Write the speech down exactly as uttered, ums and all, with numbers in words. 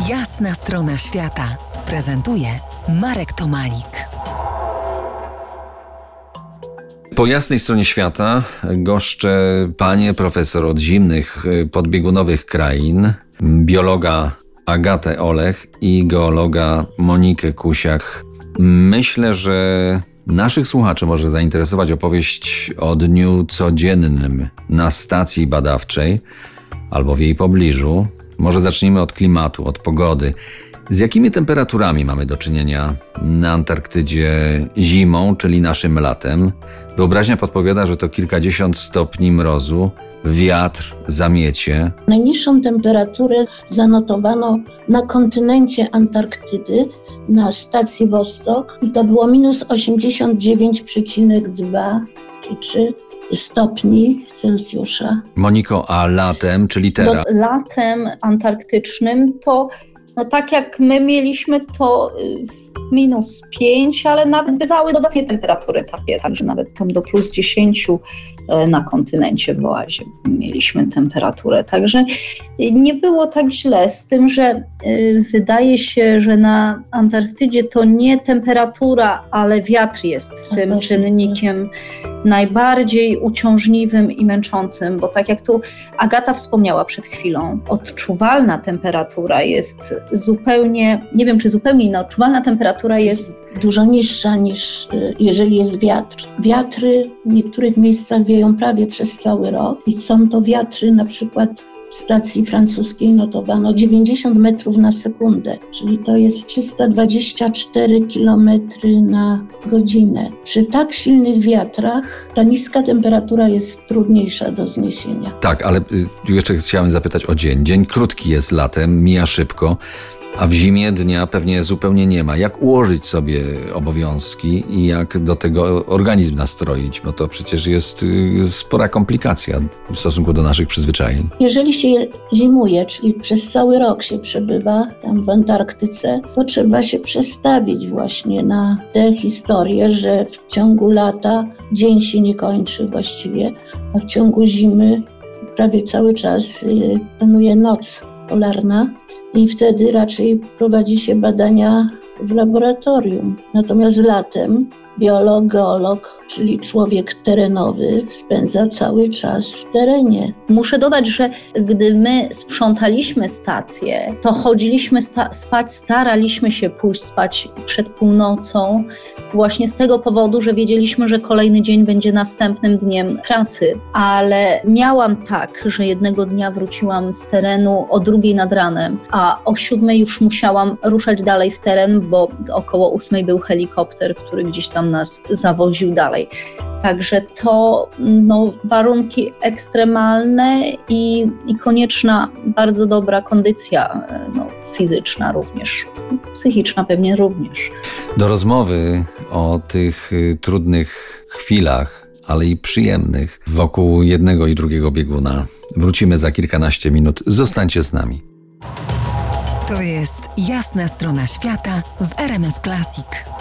Jasna strona świata prezentuje Marek Tomalik. Po jasnej stronie świata goszczę panię profesor od zimnych podbiegunowych krain, biologa Agatę Olech i geologa Monikę Kusiak. Myślę, że naszych słuchaczy może zainteresować opowieść o dniu codziennym na stacji badawczej albo w jej pobliżu. Może zacznijmy od klimatu, od pogody. Z jakimi temperaturami mamy do czynienia na Antarktydzie zimą, czyli naszym latem? Wyobraźnia podpowiada, że to kilkadziesiąt stopni mrozu, wiatr, zamiecie. Najniższą temperaturę zanotowano na kontynencie Antarktydy, na stacji Wostok, i to było minus osiemdziesiąt dziewięć przecinek dwa czy trzy stopni Celsjusza. Moniko, a latem, czyli teraz? Do, latem antarktycznym to, no tak jak my mieliśmy to minus pięć, ale nawet bywały dodatnie temperatury takie, także nawet tam do plus dziesięć na kontynencie w Oazie mieliśmy temperaturę. Także nie było tak źle, z tym, że wydaje się, że na Antarktydzie to nie temperatura, ale wiatr jest tym czynnikiem najbardziej uciążliwym i męczącym, bo tak jak tu Agata wspomniała przed chwilą, odczuwalna temperatura jest zupełnie, nie wiem czy zupełnie inna, odczuwalna temperatura jest dużo niższa niż jeżeli jest wiatr. Wiatry w niektórych miejscach wieją prawie przez cały rok i są to wiatry, na przykład w stacji francuskiej notowano dziewięćdziesiąt metrów na sekundę, czyli to jest trzysta dwadzieścia cztery kilometry na godzinę. Przy tak silnych wiatrach ta niska temperatura jest trudniejsza do zniesienia. Tak, ale jeszcze chciałem zapytać o dzień. Dzień krótki jest latem, mija szybko, a w zimie dnia pewnie zupełnie nie ma. Jak ułożyć sobie obowiązki i jak do tego organizm nastroić? Bo to przecież jest spora komplikacja w stosunku do naszych przyzwyczajeń. Jeżeli się zimuje, czyli przez cały rok się przebywa tam w Antarktyce, to trzeba się przestawić właśnie na tę historię, że w ciągu lata dzień się nie kończy właściwie, a w ciągu zimy prawie cały czas panuje noc polarna. I wtedy raczej prowadzi się badania w laboratorium. Natomiast latem biolog, geolog, czyli człowiek terenowy, spędza cały czas w terenie. Muszę dodać, że gdy my sprzątaliśmy stację, to chodziliśmy sta- spać, staraliśmy się pójść spać przed północą, właśnie z tego powodu, że wiedzieliśmy, że kolejny dzień będzie następnym dniem pracy. Ale miałam tak, że jednego dnia wróciłam z terenu o drugiej nad ranem, a o siódmej już musiałam ruszać dalej w teren, bo około ósmej był helikopter, który gdzieś tam nas zawoził dalej. Także to no, warunki ekstremalne i, i konieczna bardzo dobra kondycja no, fizyczna również, psychiczna pewnie również. Do rozmowy o tych y, trudnych chwilach, ale i przyjemnych wokół jednego i drugiego bieguna wrócimy za kilkanaście minut. Zostańcie z nami. To jest Jasna strona świata w R M F Classic.